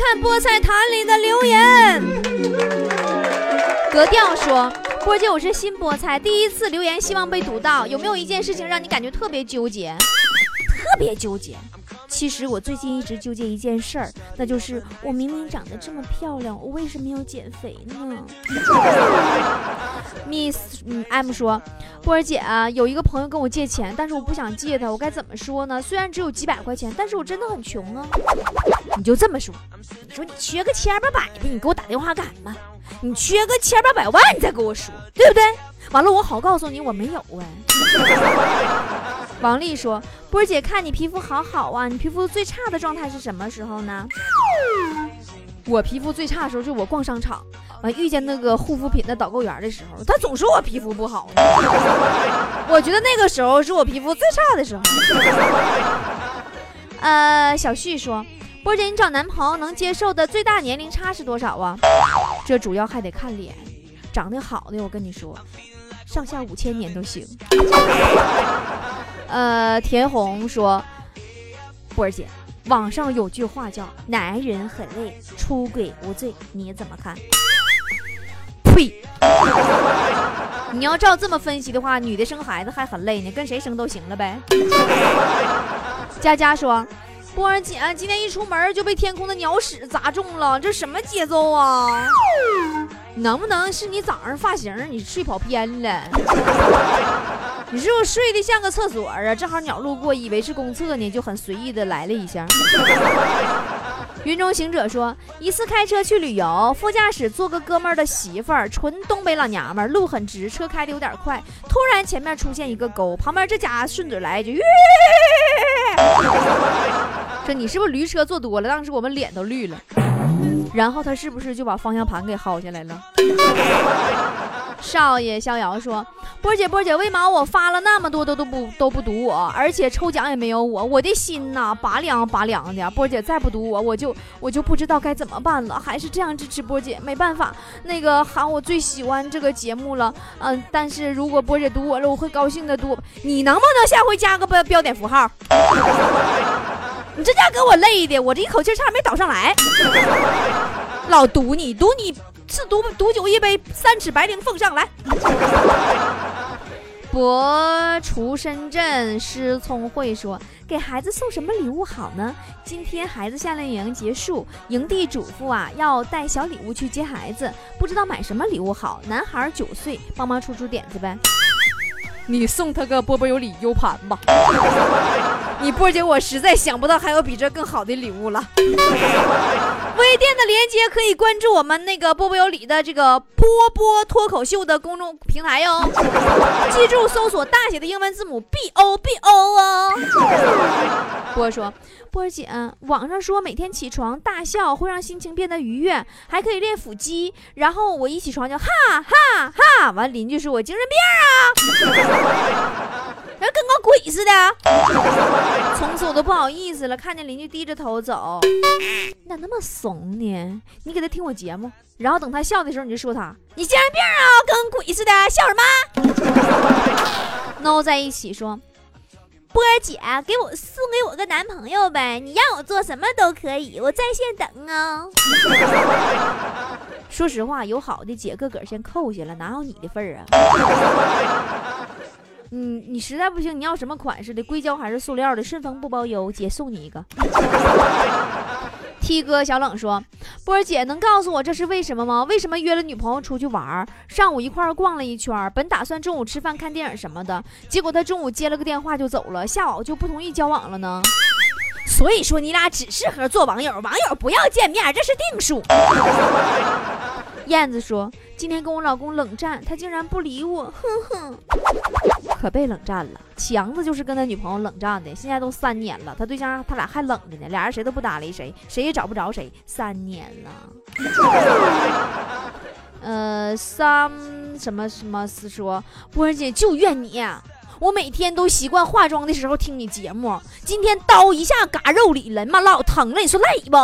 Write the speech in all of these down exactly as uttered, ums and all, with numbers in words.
看菠菜坛里的留言。格调说，波姐，我是新菠菜，第一次留言，希望被读到。有没有一件事情让你感觉特别纠结？特别纠结。其实我最近一直纠结一件事儿，那就是我明明长得这么漂亮，我为什么要减肥呢？Miss 嗯 M 说，波儿姐啊，有一个朋友跟我借钱，但是我不想借他，我该怎么说呢？虽然只有几百块钱，但是我真的很穷啊。你就这么说，你说你缺个千八百的，你给我打电话干嘛？你缺个千八百万，你再跟我说，对不对？完了，我好告诉你我没有哎。王丽说，波儿姐，看你皮肤好好啊，你皮肤最差的状态是什么时候呢？我皮肤最差的时候就是我逛商场完遇见那个护肤品的导购员的时候，他总说我皮肤不好呢。我觉得那个时候是我皮肤最差的时候。呃，小旭说，波儿姐，你找男朋友能接受的最大年龄差是多少啊？这主要还得看脸，长得好的我跟你说上下五千年都行。呃，田红说，波儿姐，网上有句话叫男人很累，出轨无罪，你怎么看？呸！你要照这么分析的话，女的生孩子还很累呢，跟谁生都行了呗。佳佳说，波儿姐，今天一出门就被天空的鸟屎砸中了，这什么节奏啊？能不能是你早上发型你睡跑偏了？你是不是睡得像个厕所啊？正好鸟路过，以为是公厕呢，就很随意的来了一下。云中行者说，一次开车去旅游，副驾驶坐个哥们儿的媳妇儿，纯东北老娘们儿，路很直，车开的有点快，突然前面出现一个沟，旁边这家顺嘴来一句，说你是不是驴车坐多了？当时我们脸都绿了。然后他是不是就把方向盘给薅下来了？少爷逍遥说，波姐波姐，为毛我发了那么多都都不都不读我，而且抽奖也没有我，我的心呐拔凉拔凉的。波姐再不读我，我就我就不知道该怎么办了，还是这样支持波姐，没办法，那个喊我最喜欢这个节目了，嗯、呃，但是如果波姐读我了，我会高兴的读。你能不能下回加个标标点符号？你这家给我累的，我这一口气差点没倒上来。老赌你赌你是赌赌酒一杯，三尺白绫奉上来。博除深圳师聪慧说，给孩子送什么礼物好呢？今天孩子夏令营结束，营地嘱咐啊要带小礼物去接孩子，不知道买什么礼物好。男孩九岁，帮忙出出点子呗。你送他个波波有理 U 盘吧。你波姐，我实在想不到还有比这更好的礼物了。微店的连接可以关注我们那个波波有理的这个波波脱口秀的公众平台哟，记住搜索大写的英文字母 B O B O 哦。波说，波姐，网上说每天起床大笑会让心情变得愉悦，还可以练腹肌，然后我一起床就哈哈哈，完邻居说我精神病啊。人跟个鬼似的。从此我都不好意思了，看见邻居低着头走，你咋那么怂呢？你给他听我节目，然后等他笑的时候你就说他你精神病啊，跟鬼似的，笑什么？闹在一起说，波儿姐，给我送给我个男朋友呗，你让我做什么都可以，我在线等啊。说实话，有好的姐个个先扣下了，哪有你的份儿啊？嗯，你实在不行，你要什么款式的，硅胶还是塑料的，顺丰不包邮，姐送你一个。T 哥小冷说，波儿姐能告诉我这是为什么吗？为什么约了女朋友出去玩，上午一块逛了一圈，本打算中午吃饭看电影什么的，结果他中午接了个电话就走了，下午就不同意交往了呢？所以说你俩只适合做网友，网友不要见面，这是定数。燕子说，今天跟我老公冷战，他竟然不理我，哼哼，可被冷战了。强子就是跟他女朋友冷战的，现在都三年了，他对象他俩还冷着呢，俩人谁都不搭理谁，谁也找不着谁，三年了。呃，三什么什么是说，波儿姐就怨你，我每天都习惯化妆的时候听你节目，今天刀一下嘎肉里了，妈老疼了，你说累不？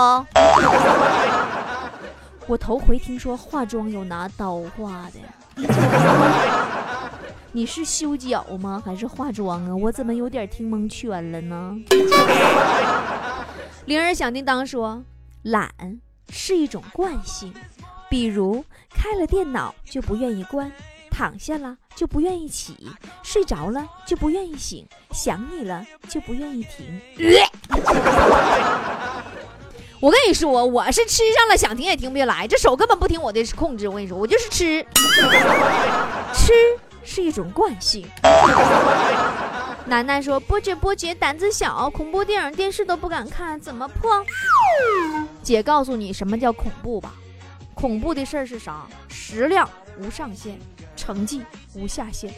我头回听说化妆有拿刀化的。你是修脚吗？还是化妆啊？我怎么有点听蒙圈了呢？铃儿响叮当说，懒是一种惯性，比如开了电脑就不愿意关，躺下了就不愿意起，睡着了就不愿意醒，想你了就不愿意停。我跟你说，我是吃上了想停也停不下来，这手根本不听我的控制。我跟你说，我就是吃，吃是一种惯性。楠楠说，波姐波姐胆子小，恐怖电影电视都不敢看，怎么破？姐告诉你什么叫恐怖吧，恐怖的事儿是啥？食量无上限，成绩无下限，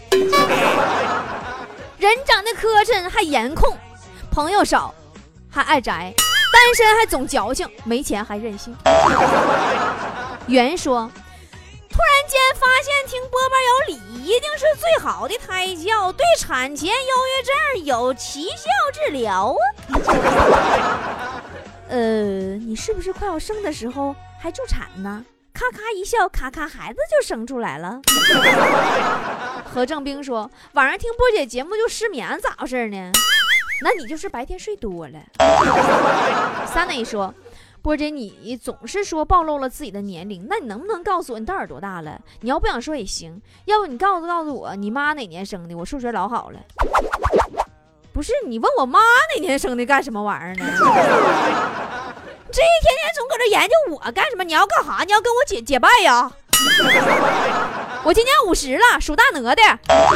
人长得磕碜还颜控，朋友少还爱宅，单身还总矫情，没钱还任性。袁说，突然间发现听波波有理一定是最好的胎教，对产前忧郁症有奇效治疗啊。呃，你是不是快要生的时候还助产呢？咔咔一笑，咔咔孩子就生出来了。何正兵说，晚上听波姐节目就失眠，咋回事呢？那你就是白天睡多了。三内说，波姐你总是说暴露了自己的年龄，那你能不能告诉我你到底多大了？你要不想说也行，要不你告诉告诉我你妈哪年生的，我数学老好了。不是，你问我妈哪年生的干什么玩意儿呢？这一天天总搁这研究我干什么？你要干啥？你要跟我结结拜呀？我今年五十了，属大鹅的。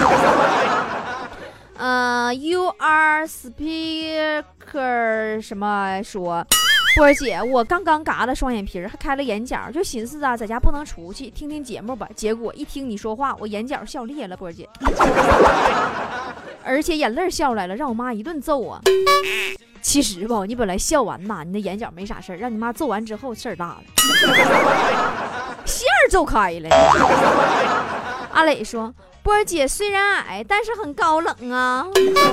呃 ，You are speaker 什么说，波儿姐，我刚刚嘎了双眼皮，还开了眼角，就寻思啊，在家不能出去，听听节目吧。结果一听你说话，我眼角笑裂了，波儿姐，而且眼泪笑来了，让我妈一顿揍啊。其实吧，你本来笑完呐，你的眼角没啥事儿，让你妈揍完之后事儿大了，线儿揍开了。阿磊说，波儿姐虽然矮，但是很高冷啊。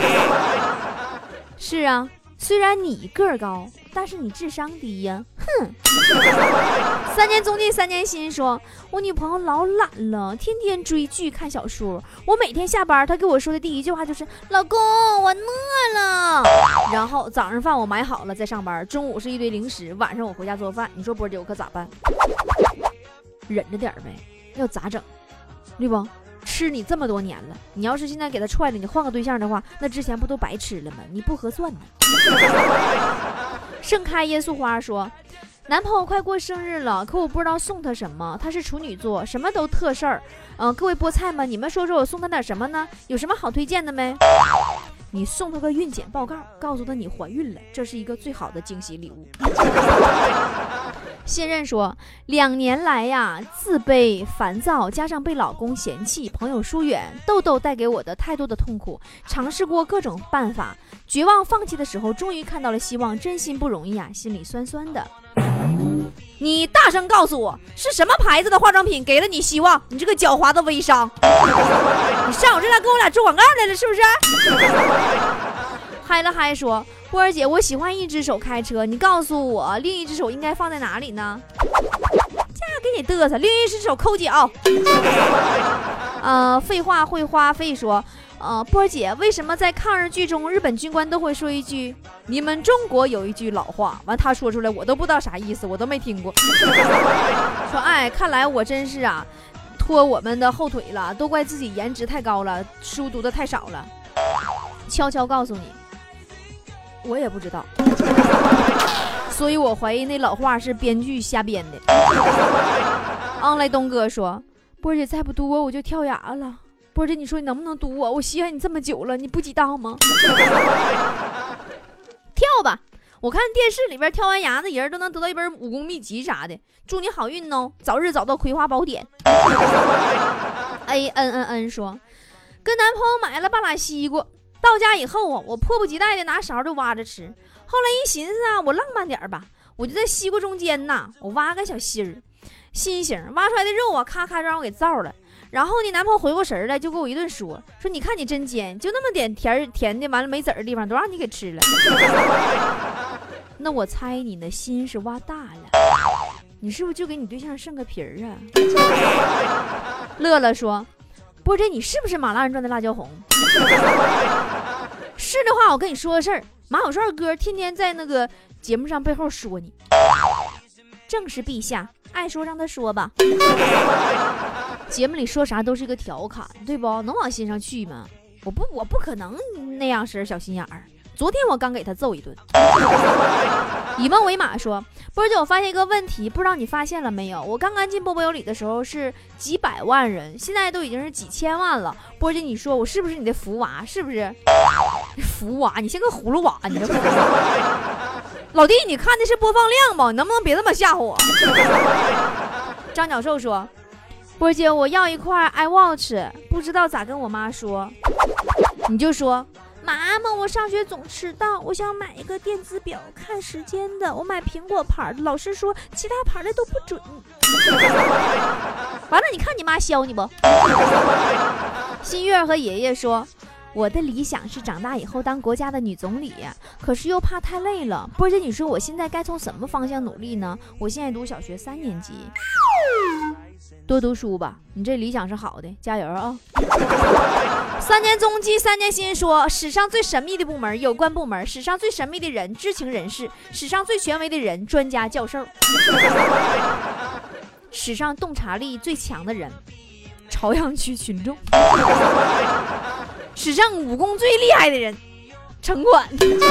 是啊，虽然你个儿高，但是你智商低呀。哼。三年踪迹三年新说，我女朋友老懒了，天天追剧看小说，我每天下班她给我说的第一句话就是老公我饿了，然后早上饭我买好了再上班，中午是一堆零食，晚上我回家做饭。你说波姐我可咋办？忍着点呗，要咋整？对不？吃你这么多年了，你要是现在给他踹了，你换个对象的话，那之前不都白吃了吗？你不合算呢。盛开耶稣花说，男朋友快过生日了，可我不知道送他什么，他是处女座，什么都特事儿。嗯、呃，各位菠菜们，你们说说我送他点什么呢？有什么好推荐的没？你送他个孕检报告，告诉他你怀孕了，这是一个最好的惊喜礼物。现任说，两年来呀，自卑、烦躁，加上被老公嫌弃、朋友疏远，痘痘带给我的太多的痛苦，尝试过各种办法，绝望放弃的时候，终于看到了希望，真心不容易啊，心里酸酸的。你大声告诉我，是什么牌子的化妆品给了你希望？你这个狡猾的微商，你上我这来跟我俩做广告来了是不是？嗨了嗨说，波儿姐，我喜欢一只手开车，你告诉我另一只手应该放在哪里呢？这样给你嘚瑟，另一只手抠脚。呃，废话会花费说，呃，波儿姐，为什么在抗日剧中日本军官都会说一句你们中国有一句老话，完他说出来我都不知道啥意思，我都没听过。说哎，看来我真是啊拖我们的后腿了，都怪自己颜值太高了，书读的太少了。悄悄告诉你，我也不知道，所以我怀疑那老话是编剧瞎编的。昂来东哥说，波姐再不读我我就跳崖了。波姐你说你能不能读我？我稀罕你这么久了，你不知道吗？跳吧，我看电视里边跳完崖的人都能得到一本武功秘籍啥的，祝你好运哦，早日找到葵花宝典。A N N N 说，跟男朋友买了半拉西瓜，到家以后啊，我迫不及待的拿勺就挖着吃。后来一寻思啊，我浪漫点吧，我就在西瓜中间呐，我挖个小心儿，心形挖出来的肉啊，咔咔让我给造了。然后呢，男朋友回过神来，就给我一顿说，说你看你真尖，就那么点甜甜的，完了没籽儿的地方都让你给吃了。那我猜你的心是挖大了，你是不是就给你对象剩个皮儿啊？乐乐说，波姐你是不是马大人转的辣椒红？是的话，我跟你说个事儿，马小帅哥天天在那个节目上背后说你， 正是陛下，爱说让他说吧。节目里说啥都是个调侃，对不？能往心上去吗？我不，我不可能那样式小心眼儿。昨天我刚给他揍一顿。以梦为马说，波儿姐，我发现一个问题，不知道你发现了没有？我刚刚进波波有理的时候是几百万人，现在都已经是几千万了。波儿姐，你说我是不是你的福娃？是不是？福娃，你像个葫芦娃，你这老弟，你看的是播放量吗？你能不能别这么吓唬我？张角兽说，波儿姐，我要一块 iWatch， 不知道咋跟我妈说。你就说，妈妈，我上学总迟到，我想买一个电子表看时间的，我买苹果牌的，老师说其他牌的都不准。完了，你看你妈削你不？新月和爷爷说，我的理想是长大以后当国家的女总理，可是又怕太累了。波姐，你说我现在该从什么方向努力呢？我现在读小学三年级，多读书吧，你这理想是好的，加油啊！三年中期三年新说，史上最神秘的部门有关部门，史上最神秘的人知情人士，史上最权威的人专家教授，史上洞察力最强的人朝阳区群众，史上武功最厉害的人城管。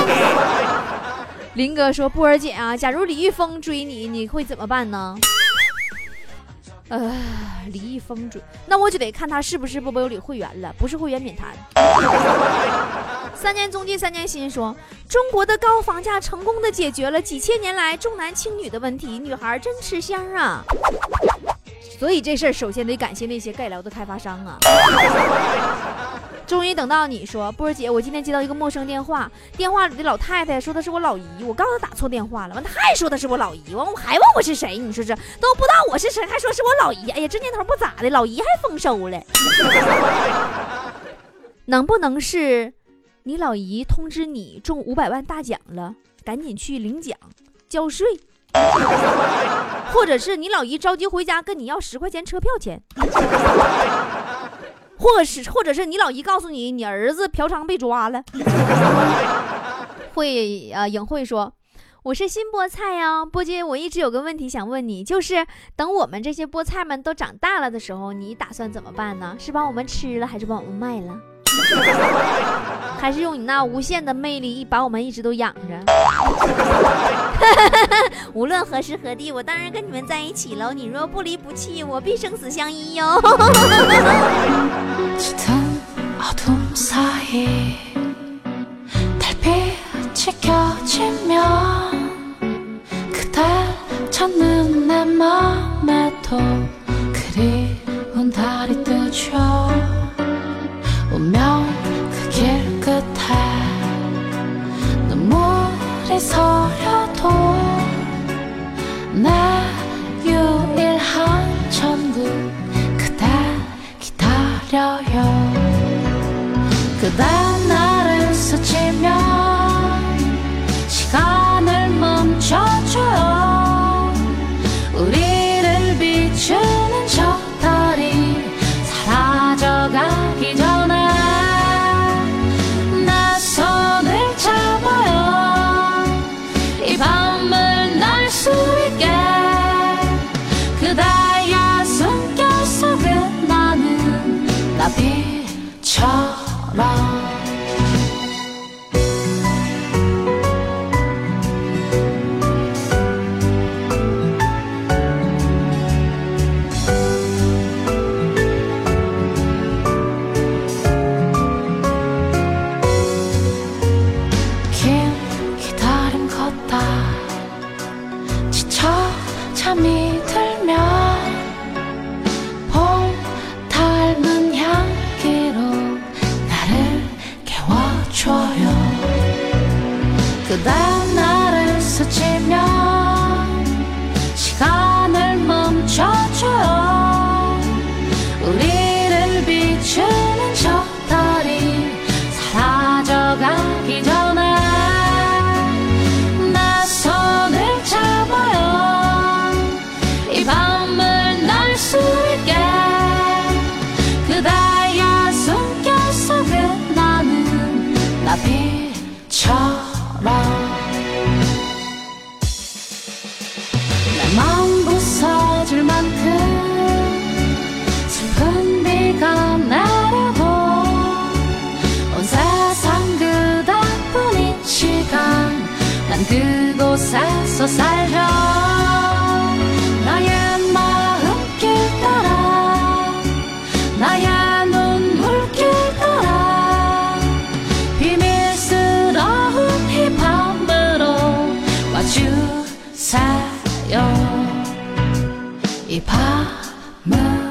林哥说，波儿姐啊，假如李易峰追你，你会怎么办呢？呃，李易峰追，那我就得看他是不是波波有理会员了，不是会员免谈。三年中进三年新说，中国的高房价成功的解决了几千年来重男轻女的问题，女孩真吃香啊！所以这事儿首先得感谢那些盖楼的开发商啊。终于等到你说，波儿姐，我今天接到一个陌生电话，电话里的老太太说的是我老姨，我告诉她打错电话了，完她还说的是我老姨，完我还问我是谁，你说这都不知道我是谁，还说是我老姨，哎呀，这年头不咋的，老姨还丰收了。能不能是你老姨通知你中五百万大奖了，赶紧去领奖交税？或者是你老姨着急回家跟你要十块钱车票钱？或者是或者是你老姨告诉你你儿子嫖娼被抓了。会啊，颖慧说，我是新菠菜呀、啊，波姐，我一直有个问题想问你，就是等我们这些菠菜们都长大了的时候，你打算怎么办呢？是把我们吃了，还是把我们卖了？还是用你那无限的魅力把我们一直都养着？无论何时何地，我当然跟你们在一起了。你若不离不弃，我必生死相依哟。 난 그곳에서 살려 나의 마음길 따라 나의 눈물길 따라 비밀스러운 이 밤으로 와주세요 이 밤을